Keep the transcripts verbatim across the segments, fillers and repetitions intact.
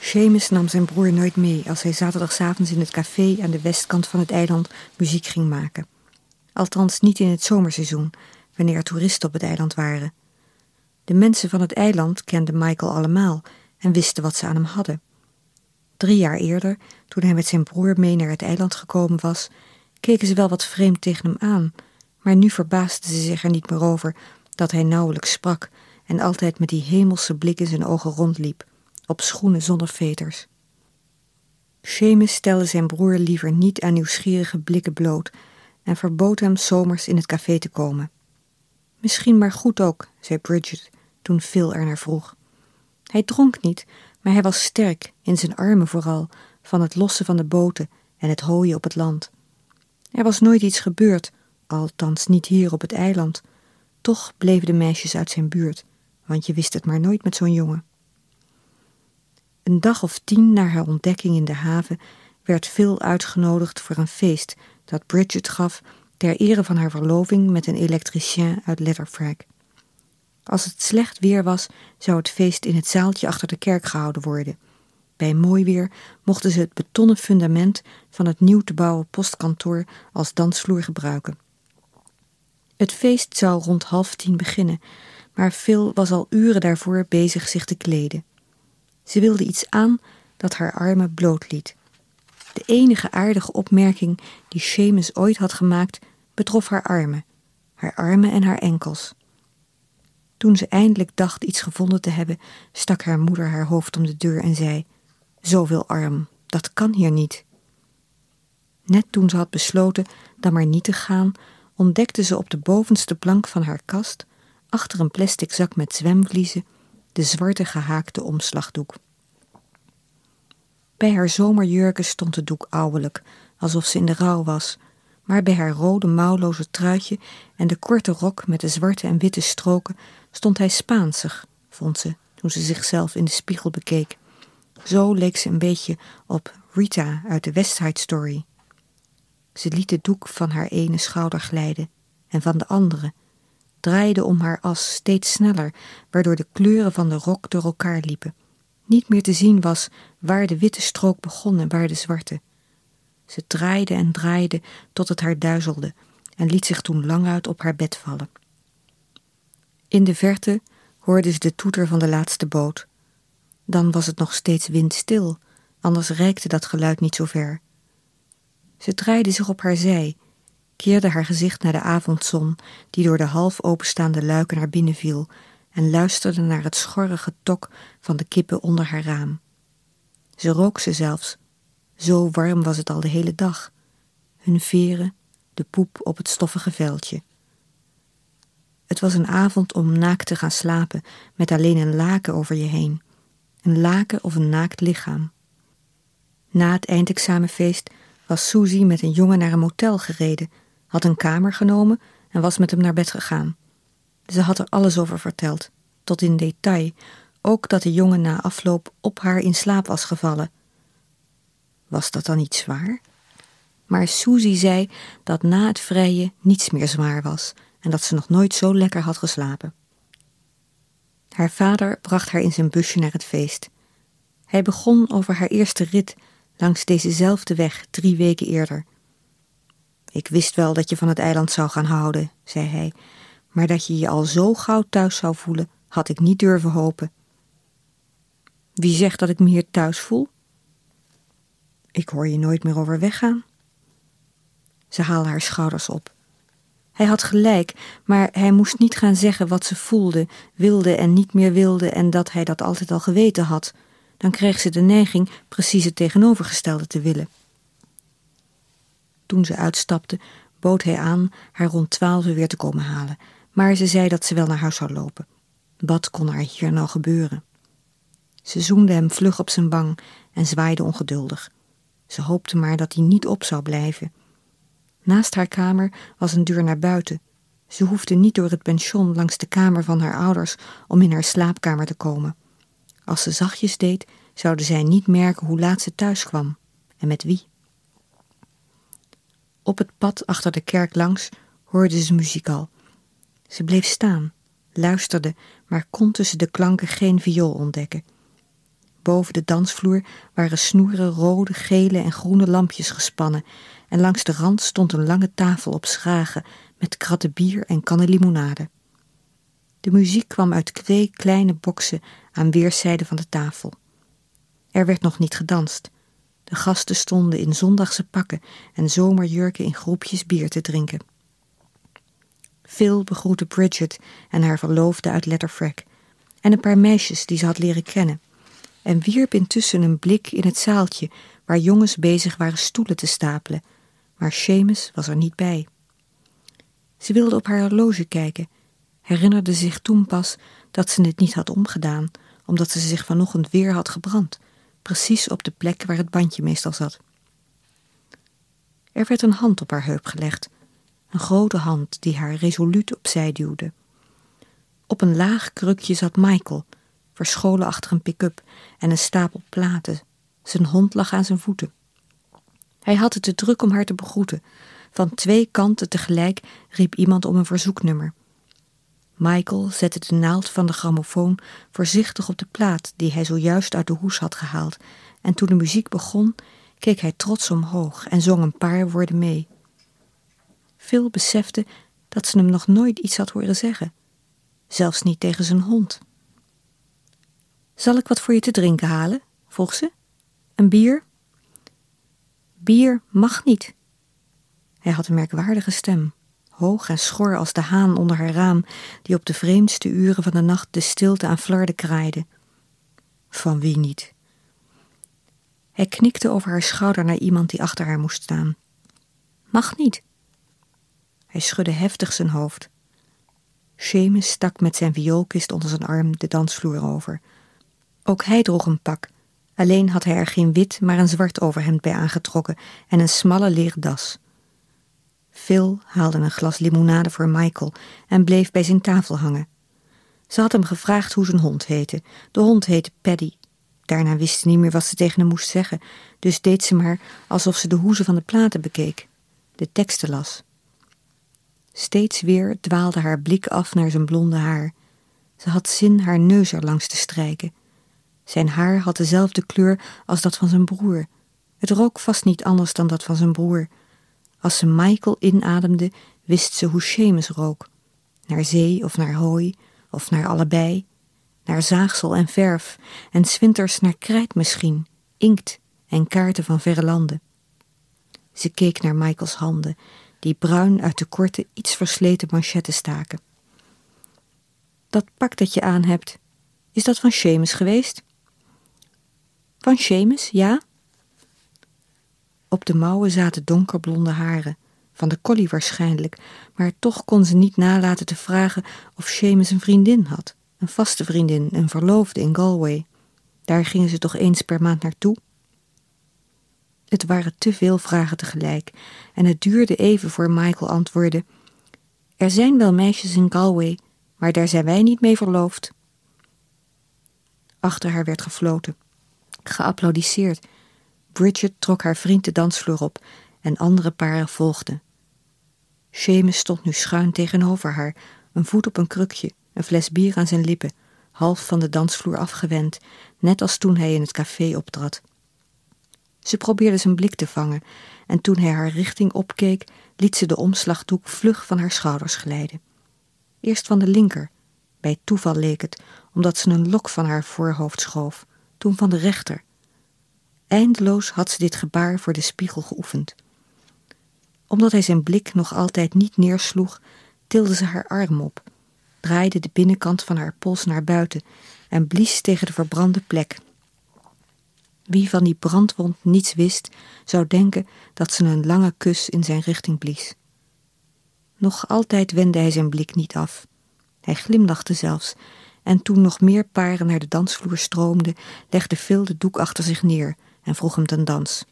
Seamus nam zijn broer nooit mee als hij zaterdagavond in het café aan de westkant van het eiland muziek ging maken. Althans niet in het zomerseizoen, wanneer er toeristen op het eiland waren. De mensen van het eiland kenden Michael allemaal en wisten wat ze aan hem hadden. Drie jaar eerder, toen hij met zijn broer mee naar het eiland gekomen was, keken ze wel wat vreemd tegen hem aan, maar nu verbaasden ze zich er niet meer over dat hij nauwelijks sprak en altijd met die hemelse blik in zijn ogen rondliep, op schoenen zonder veters. Seamus stelde zijn broer liever niet aan nieuwsgierige blikken bloot en verbood hem 's zomers in het café te komen. Misschien maar goed ook, zei Bridget, toen Phil er naar vroeg. Hij dronk niet, maar hij was sterk, in zijn armen vooral, van het lossen van de boten en het hooien op het land. Er was nooit iets gebeurd, althans niet hier op het eiland. Toch bleven de meisjes uit zijn buurt, want je wist het maar nooit met zo'n jongen. Een dag of tien na haar ontdekking in de haven werd Phil uitgenodigd voor een feest dat Bridget gaf ter ere van haar verloving met een elektricien uit Letterfrack. Als het slecht weer was, zou het feest in het zaaltje achter de kerk gehouden worden. Bij mooi weer mochten ze het betonnen fundament van het nieuw te bouwen postkantoor als dansvloer gebruiken. Het feest zou rond half tien beginnen, maar Phil was al uren daarvoor bezig zich te kleden. Ze wilde iets aan dat haar armen bloot liet. De enige aardige opmerking die Seamus ooit had gemaakt betrof haar armen, haar armen en haar enkels. Toen ze eindelijk dacht iets gevonden te hebben, stak haar moeder haar hoofd om de deur en zei: "Zoveel arm, dat kan hier niet." Net toen ze had besloten dan maar niet te gaan, ontdekte ze op de bovenste plank van haar kast, achter een plastic zak met zwemvliezen, de zwarte gehaakte omslagdoek. Bij haar zomerjurken stond de doek ouwelijk, alsof ze in de rouw was, maar bij haar rode mouwloze truitje en de korte rok met de zwarte en witte stroken stond hij Spaansig, vond ze toen ze zichzelf in de spiegel bekeek. Zo leek ze een beetje op Rita uit de West Side Story. Ze liet de doek van haar ene schouder glijden en van de andere, draaide om haar as steeds sneller, waardoor de kleuren van de rok door elkaar liepen. Niet meer te zien was waar de witte strook begon en waar de zwarte. Ze draaide en draaide tot het haar duizelde en liet zich toen languit op haar bed vallen. In de verte hoorde ze de toeter van de laatste boot. Dan was het nog steeds windstil, anders reikte dat geluid niet zo ver. Ze draaide zich op haar zij, keerde haar gezicht naar de avondzon die door de half openstaande luiken naar binnen viel en luisterde naar het schorre getok van de kippen onder haar raam. Ze rook ze zelfs. Zo warm was het al de hele dag. Hun veren, de poep op het stoffige veldje. Het was een avond om naakt te gaan slapen, met alleen een laken over je heen. Een laken of een naakt lichaam. Na het eindexamenfeest was Susie met een jongen naar een motel gereden, had een kamer genomen en was met hem naar bed gegaan. Ze had er alles over verteld, tot in detail, ook dat de jongen na afloop op haar in slaap was gevallen. Was dat dan niet zwaar? Maar Susie zei dat na het vrijen niets meer zwaar was en dat ze nog nooit zo lekker had geslapen. Haar vader bracht haar in zijn busje naar het feest. Hij begon over haar eerste rit langs dezezelfde weg drie weken eerder. "Ik wist wel dat je van het eiland zou gaan houden," zei hij, "maar dat je je al zo gauw thuis zou voelen, had ik niet durven hopen." "Wie zegt dat ik me hier thuis voel?" "Ik hoor je nooit meer over weggaan." Ze haalde haar schouders op. Hij had gelijk, maar hij moest niet gaan zeggen wat ze voelde, wilde en niet meer wilde en dat hij dat altijd al geweten had. Dan kreeg ze de neiging precies het tegenovergestelde te willen. Toen ze uitstapte, bood hij aan haar rond twaalf weer te komen halen, maar ze zei dat ze wel naar huis zou lopen. Wat kon er hier nou gebeuren? Ze zoende hem vlug op zijn wang en zwaaide ongeduldig. Ze hoopte maar dat hij niet op zou blijven. Naast haar kamer was een deur naar buiten. Ze hoefde niet door het pension langs de kamer van haar ouders om in haar slaapkamer te komen. Als ze zachtjes deed, zouden zij niet merken hoe laat ze thuis kwam en met wie. Op het pad achter de kerk langs hoorde ze muziek al. Ze bleef staan, luisterde, maar kon tussen de klanken geen viool ontdekken. Boven de dansvloer waren snoeren rode, gele en groene lampjes gespannen en langs de rand stond een lange tafel op schragen met kratten bier en kannen limonade. De muziek kwam uit twee kleine boksen aan weerszijden van de tafel. Er werd nog niet gedanst. De gasten stonden in zondagse pakken en zomerjurken in groepjes bier te drinken. Phil begroette Bridget en haar verloofde uit Letterfrack en een paar meisjes die ze had leren kennen en wierp intussen een blik in het zaaltje waar jongens bezig waren stoelen te stapelen, maar Seamus was er niet bij. Ze wilde op haar horloge kijken, herinnerde zich toen pas dat ze het niet had omgedaan, omdat ze zich vanochtend weer had gebrand, precies op de plek waar het bandje meestal zat. Er werd een hand op haar heup gelegd, een grote hand die haar resoluut opzij duwde. Op een laag krukje zat Michael, verscholen achter een pick-up en een stapel platen. Zijn hond lag aan zijn voeten. Hij had het te druk om haar te begroeten. Van twee kanten tegelijk riep iemand om een verzoeknummer. Michael zette de naald van de grammofoon voorzichtig op de plaat die hij zojuist uit de hoes had gehaald, en toen de muziek begon, keek hij trots omhoog en zong een paar woorden mee. Phil besefte dat ze hem nog nooit iets had horen zeggen, zelfs niet tegen zijn hond. Zal ik wat voor je te drinken halen? Vroeg ze. Een bier? Bier mag niet. Hij had een merkwaardige stem, hoog en schor als de haan onder haar raam, die op de vreemdste uren van de nacht de stilte aan flarden kraaide. Van wie niet? Hij knikte over haar schouder naar iemand die achter haar moest staan. Mag niet. Hij schudde heftig zijn hoofd. Seamus stak met zijn vioolkist onder zijn arm de dansvloer over. Ook hij droeg een pak, alleen had hij er geen wit, maar een zwart overhemd bij aangetrokken en een smalle leren das. Phil haalde een glas limonade voor Michael en bleef bij zijn tafel hangen. Ze had hem gevraagd hoe zijn hond heette. De hond heette Paddy. Daarna wist ze niet meer wat ze tegen hem moest zeggen, dus deed ze maar alsof ze de hoezen van de platen bekeek, de teksten las. Steeds weer dwaalde haar blik af naar zijn blonde haar. Ze had zin haar neus er langs te strijken. Zijn haar had dezelfde kleur als dat van zijn broer. Het rook vast niet anders dan dat van zijn broer. Als ze Michael inademde, wist ze hoe Seamus rook. Naar zee of naar hooi, of naar allebei. Naar zaagsel en verf, en 's winters naar krijt misschien, inkt en kaarten van verre landen. Ze keek naar Michaels handen, die bruin uit de korte, iets versleten manchetten staken. Dat pak dat je aan hebt, is dat van Seamus geweest? Van Seamus, ja. Op de mouwen zaten donkerblonde haren, van de collie waarschijnlijk, maar toch kon ze niet nalaten te vragen of Seamus een vriendin had, een vaste vriendin, een verloofde in Galway. Daar gingen ze toch eens per maand naartoe? Het waren te veel vragen tegelijk en het duurde even voor Michael antwoordde: Er zijn wel meisjes in Galway, maar daar zijn wij niet mee verloofd. Achter haar werd gefloten, geapplaudisseerd. Bridget trok haar vriend de dansvloer op en andere paren volgden. Seamus stond nu schuin tegenover haar, een voet op een krukje, een fles bier aan zijn lippen, half van de dansvloer afgewend, net als toen hij in het café optrad. Ze probeerde zijn blik te vangen en toen hij haar richting opkeek, liet ze de omslagdoek vlug van haar schouders glijden. Eerst van de linker, bij toeval leek het, omdat ze een lok van haar voorhoofd schoof, toen van de rechter. Eindeloos had ze dit gebaar voor de spiegel geoefend. Omdat hij zijn blik nog altijd niet neersloeg, tilde ze haar arm op, draaide de binnenkant van haar pols naar buiten en blies tegen de verbrande plek. Wie van die brandwond niets wist, zou denken dat ze een lange kus in zijn richting blies. Nog altijd wendde hij zijn blik niet af. Hij glimlachte zelfs, en toen nog meer paren naar de dansvloer stroomden, legde Phil de doek achter zich neer en vroeg hem ten dans.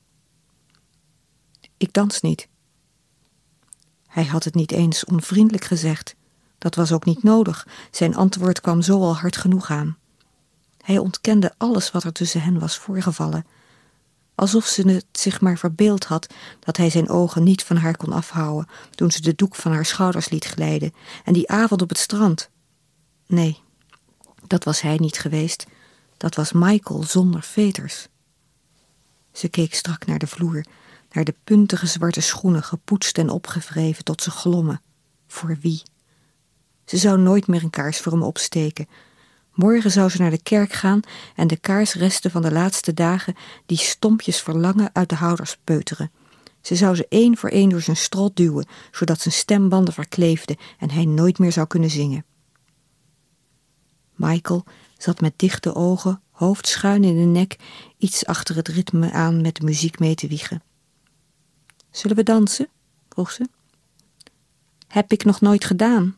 Ik dans niet. Hij had het niet eens onvriendelijk gezegd. Dat was ook niet nodig, zijn antwoord kwam zo al hard genoeg aan. Hij ontkende alles wat er tussen hen was voorgevallen. Alsof ze het zich maar verbeeld had dat hij zijn ogen niet van haar kon afhouden toen ze de doek van haar schouders liet glijden en die avond op het strand. Nee, dat was hij niet geweest. Dat was Michael zonder veters. Ze keek strak naar de vloer, naar de puntige zwarte schoenen, gepoetst en opgewreven tot ze glommen. Voor wie? Ze zou nooit meer een kaars voor hem opsteken. Morgen zou ze naar de kerk gaan en de kaarsresten van de laatste dagen die stompjes verlangen uit de houders peuteren. Ze zou ze één voor één door zijn strot duwen, zodat zijn stembanden verkleefden en hij nooit meer zou kunnen zingen. Michael zat met dichte ogen, hoofd schuin in de nek, iets achter het ritme aan met de muziek mee te wiegen. Zullen we dansen? Vroeg ze. Heb ik nog nooit gedaan.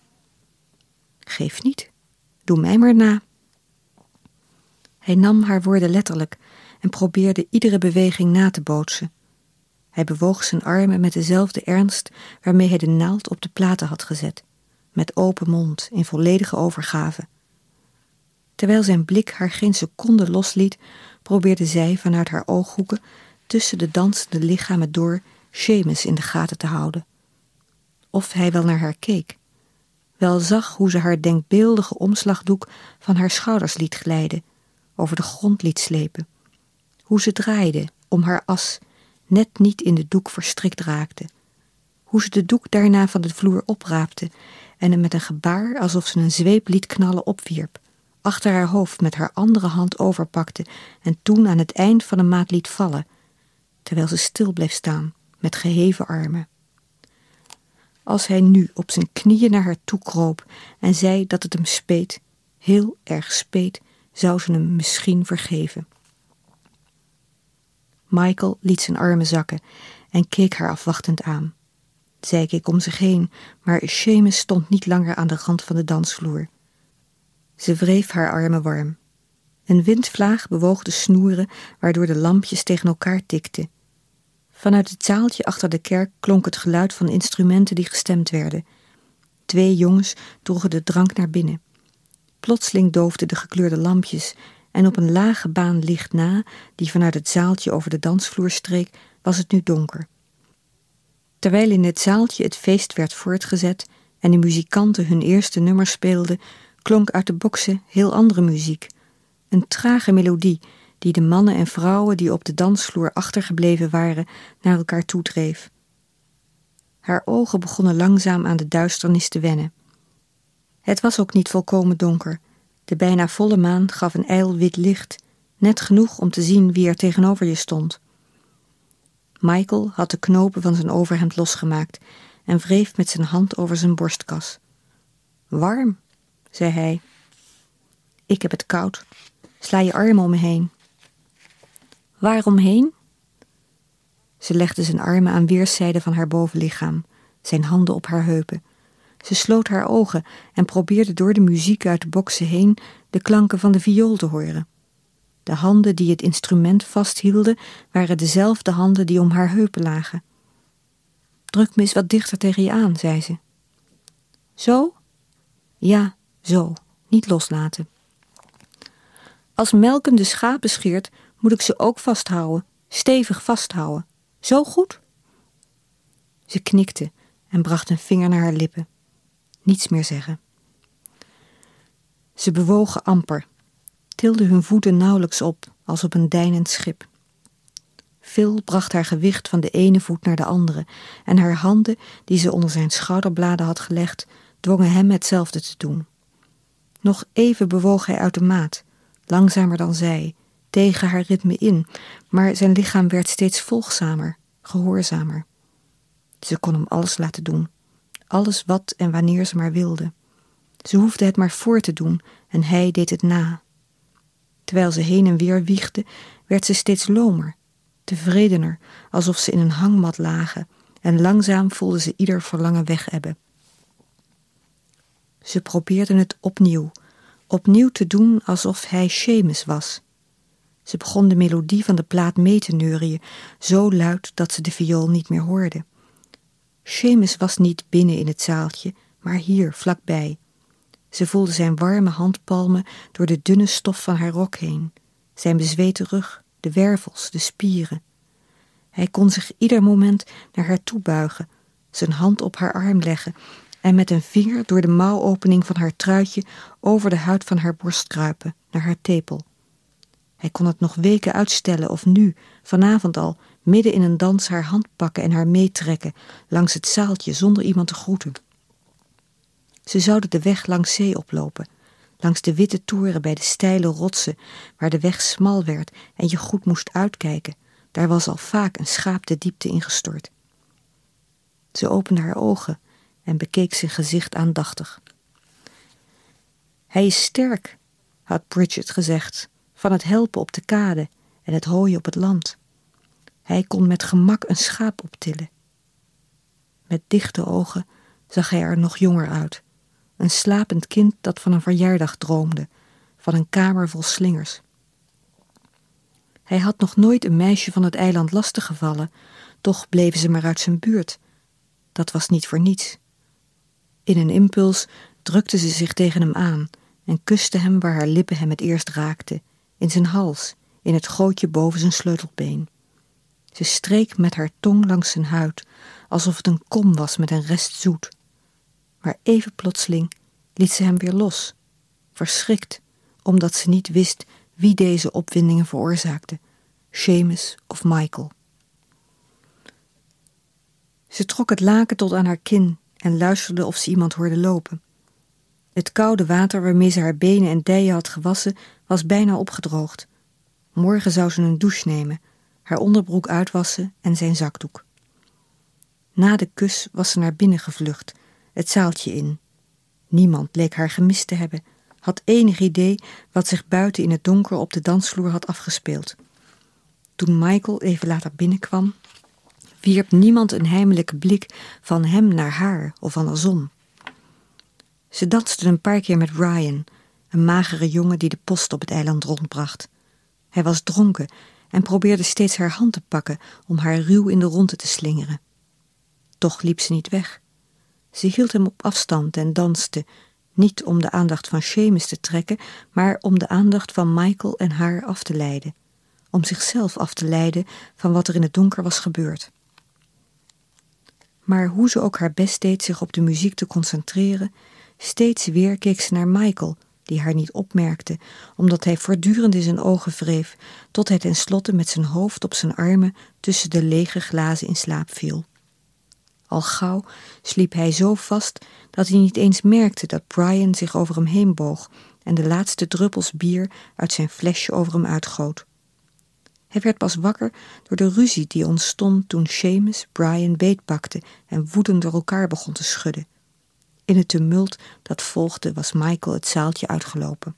Geef niet, doe mij maar na. Hij nam haar woorden letterlijk en probeerde iedere beweging na te bootsen. Hij bewoog zijn armen met dezelfde ernst waarmee hij de naald op de platen had gezet, met open mond, in volledige overgave. Terwijl zijn blik haar geen seconde losliet, probeerde zij vanuit haar ooghoeken tussen de dansende lichamen door Seamus in de gaten te houden. Of hij wel naar haar keek, wel zag hoe ze haar denkbeeldige omslagdoek van haar schouders liet glijden, over de grond liet slepen, hoe ze draaide om haar as net niet in de doek verstrikt raakte, hoe ze de doek daarna van de vloer opraapte en hem met een gebaar alsof ze een zweep liet knallen opwierp, achter haar hoofd met haar andere hand overpakte en toen aan het eind van een maat liet vallen, terwijl ze stil bleef staan met geheven armen. Als hij nu op zijn knieën naar haar toe kroop en zei dat het hem speet, heel erg speet, zou ze hem misschien vergeven. Michael liet zijn armen zakken en keek haar afwachtend aan. Zij keek om zich heen, maar Seamus stond niet langer aan de rand van de dansvloer. Ze wreef haar armen warm. Een windvlaag bewoog de snoeren, waardoor de lampjes tegen elkaar tikten. Vanuit het zaaltje achter de kerk klonk het geluid van instrumenten die gestemd werden. Twee jongens droegen de drank naar binnen. Plotseling doofden de gekleurde lampjes en op een lage baan licht na, die vanuit het zaaltje over de dansvloer streek, was het nu donker. Terwijl in het zaaltje het feest werd voortgezet en de muzikanten hun eerste nummers speelden, klonk uit de boksen heel andere muziek. Een trage melodie die de mannen en vrouwen die op de dansvloer achtergebleven waren naar elkaar toedreef. Haar ogen begonnen langzaam aan de duisternis te wennen. Het was ook niet volkomen donker. De bijna volle maan gaf een ijl wit licht, net genoeg om te zien wie er tegenover je stond. Michael had de knopen van zijn overhemd losgemaakt en wreef met zijn hand over zijn borstkas. Warm, zei hij. Ik heb het koud. Sla je armen om me heen. Waaromheen? Ze legde zijn armen aan weerszijden van haar bovenlichaam, zijn handen op haar heupen. Ze sloot haar ogen en probeerde door de muziek uit de boksen heen de klanken van de viool te horen. De handen die het instrument vasthielden waren dezelfde handen die om haar heupen lagen. Druk me eens wat dichter tegen je aan, zei ze. Zo? Ja, zo. Niet loslaten. Als Malcolm de schapen scheert, moet ik ze ook vasthouden, stevig vasthouden. Zo goed? Ze knikte en bracht een vinger naar haar lippen. Niets meer zeggen. Ze bewogen amper, tilden hun voeten nauwelijks op, als op een deinend schip. Phil bracht haar gewicht van de ene voet naar de andere en haar handen, die ze onder zijn schouderbladen had gelegd, dwongen hem hetzelfde te doen. Nog even bewoog hij uit de maat, langzamer dan zij, tegen haar ritme in, maar zijn lichaam werd steeds volgzamer, gehoorzamer. Ze kon hem alles laten doen, alles wat en wanneer ze maar wilde. Ze hoefde het maar voor te doen en hij deed het na. Terwijl ze heen en weer wiegde, werd ze steeds lomer, tevredener, alsof ze in een hangmat lagen, en langzaam voelde ze ieder verlangen wegebben. Ze probeerden het opnieuw, opnieuw te doen alsof hij Seamus was. Ze begon de melodie van de plaat mee te neurien, zo luid dat ze de viool niet meer hoorde. Seamus was niet binnen in het zaaltje, maar hier, vlakbij. Ze voelde zijn warme handpalmen door de dunne stof van haar rok heen, zijn bezweten rug, de wervels, de spieren. Hij kon zich ieder moment naar haar toe buigen, zijn hand op haar arm leggen en met een vinger door de mouwopening van haar truitje over de huid van haar borst kruipen, naar haar tepel. Hij kon het nog weken uitstellen of nu, vanavond al, midden in een dans haar hand pakken en haar meetrekken langs het zaaltje zonder iemand te groeten. Ze zouden de weg langs zee oplopen, langs de witte toren bij de steile rotsen waar de weg smal werd en je goed moest uitkijken. Daar was al vaak een schaap de diepte ingestort. Ze opende haar ogen en bekeek zijn gezicht aandachtig. Hij is sterk, had Bridget gezegd, van het helpen op de kade en het hooien op het land. Hij kon met gemak een schaap optillen. Met dichte ogen zag hij er nog jonger uit. Een slapend kind dat van een verjaardag droomde, van een kamer vol slingers. Hij had nog nooit een meisje van het eiland lastiggevallen, toch bleven ze maar uit zijn buurt. Dat was niet voor niets. In een impuls drukte ze zich tegen hem aan en kuste hem waar haar lippen hem het eerst raakten, in zijn hals, in het gootje boven zijn sleutelbeen. Ze streek met haar tong langs zijn huid, alsof het een kom was met een rest zoet. Maar even plotseling liet ze hem weer los, verschrikt, omdat ze niet wist wie deze opwindingen veroorzaakte, Seamus of Michael. Ze trok het laken tot aan haar kin en luisterde of ze iemand hoorde lopen. Het koude water waarmee ze haar benen en dijen had gewassen was bijna opgedroogd. Morgen zou ze een douche nemen, haar onderbroek uitwassen en zijn zakdoek. Na de kus was ze naar binnen gevlucht, het zaaltje in. Niemand leek haar gemist te hebben, had enig idee wat zich buiten in het donker op de dansvloer had afgespeeld. Toen Michael even later binnenkwam, wierp niemand een heimelijke blik van hem naar haar of andersom. Ze danste een paar keer met Ryan, een magere jongen die de post op het eiland rondbracht. Hij was dronken en probeerde steeds haar hand te pakken om haar ruw in de rondte te slingeren. Toch liep ze niet weg. Ze hield hem op afstand en danste, niet om de aandacht van Seamus te trekken, maar om de aandacht van Michael en haar af te leiden. Om zichzelf af te leiden van wat er in het donker was gebeurd. Maar hoe ze ook haar best deed zich op de muziek te concentreren, steeds weer keek ze naar Michael, die haar niet opmerkte, omdat hij voortdurend in zijn ogen wreef, tot hij tenslotte met zijn hoofd op zijn armen tussen de lege glazen in slaap viel. Al gauw sliep hij zo vast dat hij niet eens merkte dat Brian zich over hem heen boog en de laatste druppels bier uit zijn flesje over hem uitgoot. Hij werd pas wakker door de ruzie die ontstond toen Seamus Brian beetpakte en woedend door elkaar begon te schudden. In het tumult dat volgde was Michael het zaaltje uitgelopen.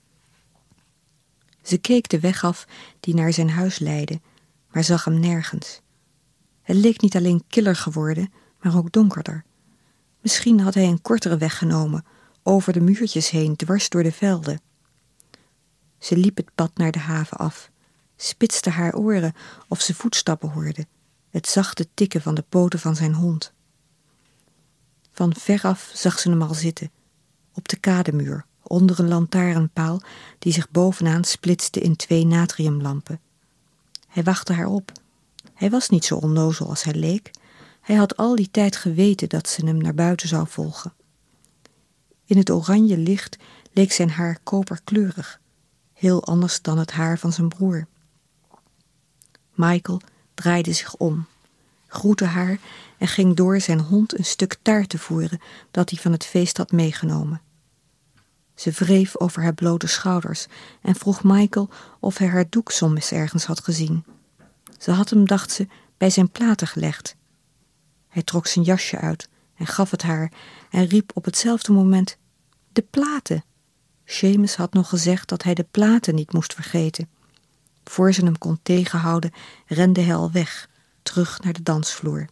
Ze keek de weg af die naar zijn huis leidde, maar zag hem nergens. Het leek niet alleen killer geworden, maar ook donkerder. Misschien had hij een kortere weg genomen, over de muurtjes heen, dwars door de velden. Ze liep het pad naar de haven af, spitste haar oren of ze voetstappen hoorde, het zachte tikken van de poten van zijn hond. Van veraf zag ze hem al zitten, op de kademuur, onder een lantaarnpaal die zich bovenaan splitste in twee natriumlampen. Hij wachtte haar op. Hij was niet zo onnozel als hij leek. Hij had al die tijd geweten dat ze hem naar buiten zou volgen. In het oranje licht leek zijn haar koperkleurig, heel anders dan het haar van zijn broer. Michael draaide zich om, groette haar en ging door zijn hond een stuk taart te voeren dat hij van het feest had meegenomen. Ze wreef over haar blote schouders en vroeg Michael of hij haar doek soms ergens had gezien. Ze had hem, dacht ze, bij zijn platen gelegd. Hij trok zijn jasje uit en gaf het haar en riep op hetzelfde moment: "De platen!" Seamus had nog gezegd dat hij de platen niet moest vergeten. Voor ze hem kon tegenhouden, rende hij al weg, terug naar de dansvloer.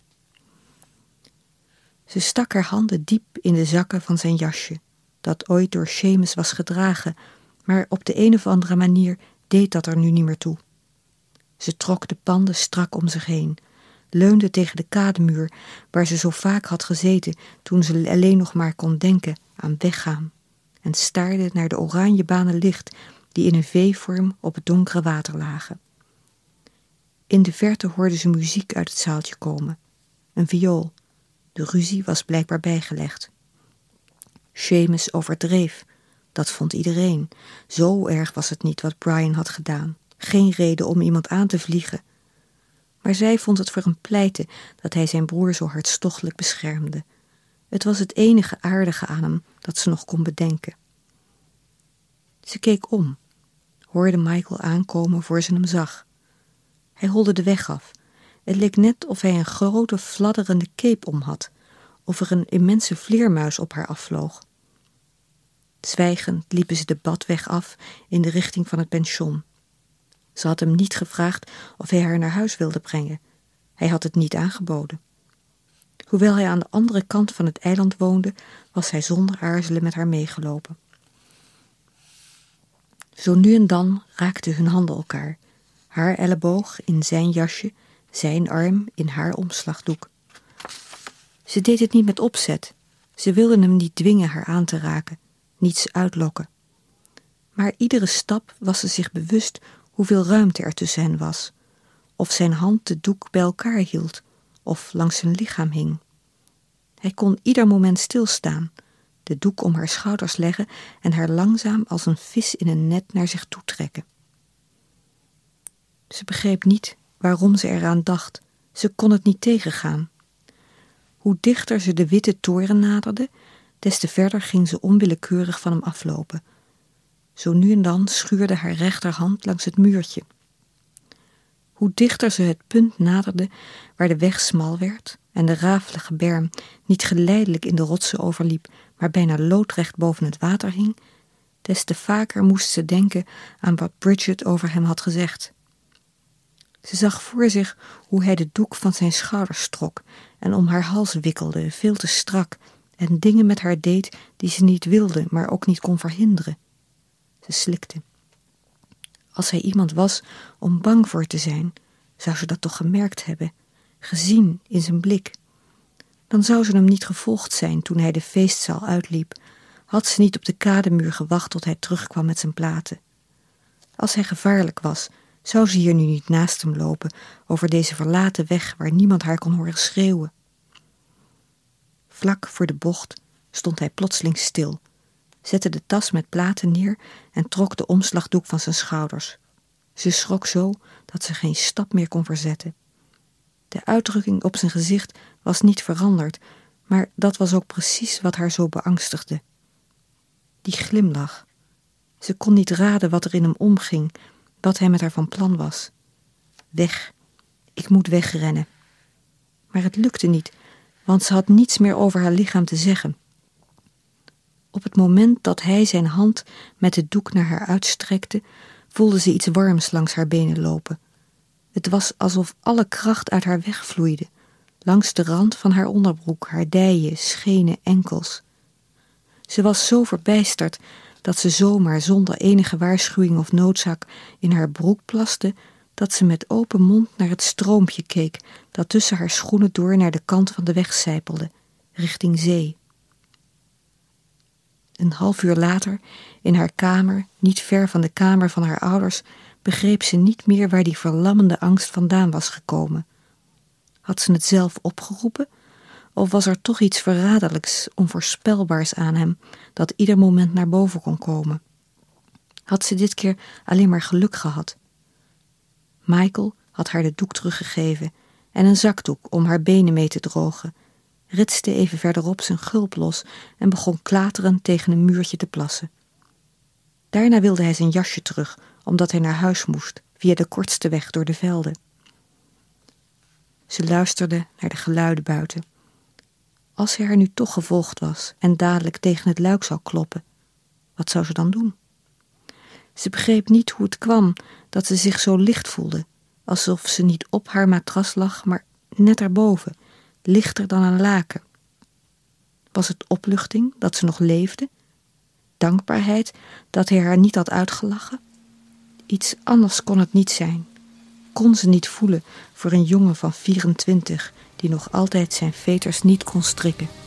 Ze stak haar handen diep in de zakken van zijn jasje, dat ooit door Seamus was gedragen, maar op de een of andere manier deed dat er nu niet meer toe. Ze trok de panden strak om zich heen, leunde tegen de kademuur waar ze zo vaak had gezeten toen ze alleen nog maar kon denken aan weggaan, en staarde naar de oranje banen licht die in een V-vorm op het donkere water lagen. In de verte hoorde ze muziek uit het zaaltje komen. Een viool. De ruzie was blijkbaar bijgelegd. Seamus overdreef. Dat vond iedereen. Zo erg was het niet wat Brian had gedaan. Geen reden om iemand aan te vliegen. Maar zij vond het voor een pleiten dat hij zijn broer zo hartstochtelijk beschermde. Het was het enige aardige aan hem dat ze nog kon bedenken. Ze keek om, hoorde Michael aankomen voor ze hem zag. Hij holde de weg af. Het leek net of hij een grote fladderende cape om had, of er een immense vleermuis op haar afvloog. Zwijgend liepen ze de badweg af in de richting van het pension. Ze had hem niet gevraagd of hij haar naar huis wilde brengen. Hij had het niet aangeboden. Hoewel hij aan de andere kant van het eiland woonde, was hij zonder aarzelen met haar meegelopen. Zo nu en dan raakten hun handen elkaar. Haar elleboog in zijn jasje, zijn arm in haar omslagdoek. Ze deed het niet met opzet. Ze wilde hem niet dwingen haar aan te raken, niets uitlokken. Maar iedere stap was ze zich bewust hoeveel ruimte er tussen hen was. Of zijn hand de doek bij elkaar hield, of langs zijn lichaam hing. Hij kon ieder moment stilstaan, de doek om haar schouders leggen en haar langzaam als een vis in een net naar zich toe trekken. Ze begreep niet waarom ze eraan dacht. Ze kon het niet tegengaan. Hoe dichter ze de witte toren naderde, des te verder ging ze onwillekeurig van hem aflopen. Zo nu en dan schuurde haar rechterhand langs het muurtje. Hoe dichter ze het punt naderde waar de weg smal werd en de rafelige berm niet geleidelijk in de rotsen overliep, maar bijna loodrecht boven het water hing, des te vaker moest ze denken aan wat Bridget over hem had gezegd. Ze zag voor zich hoe hij de doek van zijn schouders trok en om haar hals wikkelde, veel te strak, en dingen met haar deed die ze niet wilde, maar ook niet kon verhinderen. Ze slikte. Als hij iemand was om bang voor te zijn, zou ze dat toch gemerkt hebben, gezien in zijn blik. Dan zou ze hem niet gevolgd zijn toen hij de feestzaal uitliep, had ze niet op de kademuur gewacht tot hij terugkwam met zijn platen. Als hij gevaarlijk was, zou ze hier nu niet naast hem lopen, over deze verlaten weg waar niemand haar kon horen schreeuwen. Vlak voor de bocht stond hij plotseling stil, zette de tas met platen neer en trok de omslagdoek van zijn schouders. Ze schrok zo dat ze geen stap meer kon verzetten. De uitdrukking op zijn gezicht was niet veranderd, maar dat was ook precies wat haar zo beangstigde. Die glimlach. Ze kon niet raden wat er in hem omging, wat hij met haar van plan was. Weg, ik moet wegrennen. Maar het lukte niet, want ze had niets meer over haar lichaam te zeggen. Op het moment dat hij zijn hand met de doek naar haar uitstrekte, voelde ze iets warms langs haar benen lopen. Het was alsof alle kracht uit haar wegvloeide, langs de rand van haar onderbroek, haar dijen, schenen, enkels. Ze was zo verbijsterd dat ze zomaar zonder enige waarschuwing of noodzaak in haar broek plaste, dat ze met open mond naar het stroompje keek dat tussen haar schoenen door naar de kant van de weg sijpelde, richting zee. Een half uur later, in haar kamer, niet ver van de kamer van haar ouders, begreep ze niet meer waar die verlammende angst vandaan was gekomen. Had ze het zelf opgeroepen, of was er toch iets verraderlijks, onvoorspelbaars aan hem, dat ieder moment naar boven kon komen? Had ze dit keer alleen maar geluk gehad? Michael had haar de doek teruggegeven en een zakdoek om haar benen mee te drogen, ritste even verderop zijn gulp los en begon klaterend tegen een muurtje te plassen. Daarna wilde hij zijn jasje terug, omdat hij naar huis moest, via de kortste weg door de velden. Ze luisterde naar de geluiden buiten. Als hij haar nu toch gevolgd was en dadelijk tegen het luik zou kloppen, wat zou ze dan doen? Ze begreep niet hoe het kwam dat ze zich zo licht voelde, alsof ze niet op haar matras lag, maar net erboven, lichter dan een laken. Was het opluchting dat ze nog leefde? Dankbaarheid dat hij haar niet had uitgelachen? Iets anders kon het niet zijn. Kon ze niet voelen voor een jongen van vierentwintig die nog altijd zijn veters niet kon strikken.